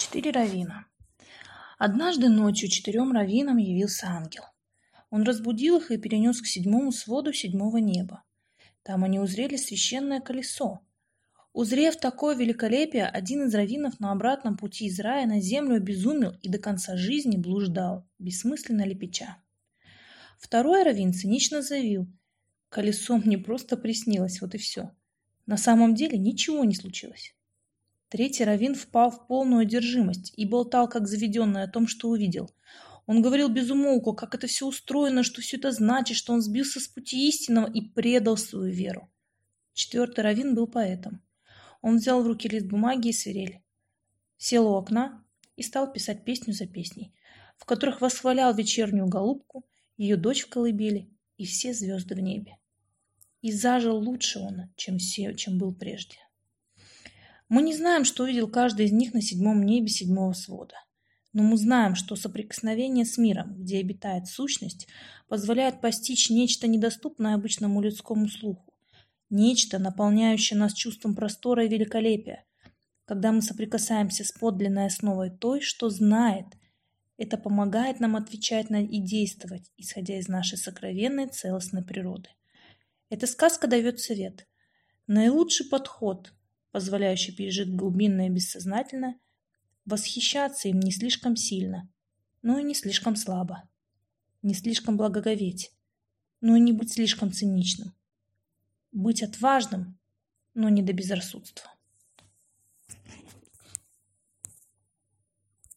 4 раввина. Однажды ночью 4 раввинам явился ангел. Он разбудил их и перенес к 7-му своду 7-го неба. Там они узрели священное колесо. Узрев такое великолепие, один из раввинов на обратном пути из рая на землю обезумел и до конца жизни блуждал, бессмысленно лепеча. Второй раввин цинично заявил: «Колесо мне просто приснилось, вот и все. На самом деле ничего не случилось». Третий раввин впал в полную одержимость и болтал, как заведенный, о том, что увидел. Он говорил без умолку, как это все устроено, что все это значит, что он сбился с пути истинного и предал свою веру. 4-й раввин был поэтом. Он взял в руки лист бумаги и свирель, сел у окна и стал писать песню за песней, в которых восхвалял вечернюю голубку, ее дочь в колыбели и все звезды в небе. И зажил лучше он, чем был прежде. Мы не знаем, что увидел каждый из них на 7-м небе 7-го свода. Но мы знаем, что соприкосновение с миром, где обитает сущность, позволяет постичь нечто недоступное обычному людскому слуху. Нечто, наполняющее нас чувством простора и великолепия. Когда мы соприкасаемся с подлинной основой той, что знает, это помогает нам отвечать и действовать, исходя из нашей сокровенной целостной природы. Эта сказка дает совет. Наилучший подход, позволяющий пережить глубинное бессознательное, восхищаться им не слишком сильно, но и не слишком слабо, не слишком благоговеть, но и не быть слишком циничным, быть отважным, но не до безрассудства.